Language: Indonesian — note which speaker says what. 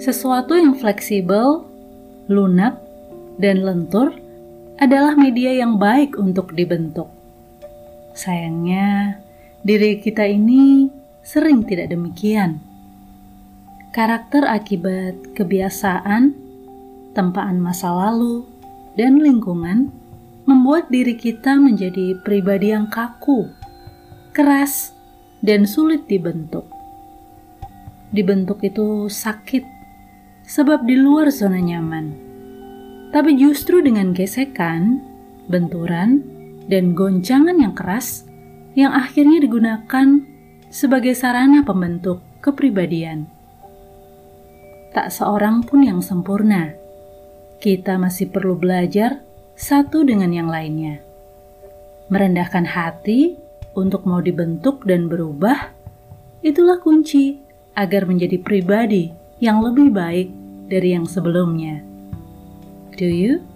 Speaker 1: Sesuatu yang fleksibel, lunak, dan lentur adalah media yang baik untuk dibentuk. Sayangnya, diri kita ini sering tidak demikian. Karakter akibat kebiasaan, tempaan masa lalu, dan lingkungan membuat diri kita menjadi pribadi yang kaku, keras, dan sulit dibentuk. Dibentuk itu sakit, sebab di luar zona nyaman. Tapi justru dengan gesekan, benturan, dan goncangan yang keras yang akhirnya digunakan sebagai sarana pembentuk kepribadian. Tak seorang pun yang sempurna. Kita masih perlu belajar satu dengan yang lainnya. Merendahkan hati untuk mau dibentuk dan berubah, itulah kunci agar menjadi pribadi yang lebih baik dari yang sebelumnya. Do you?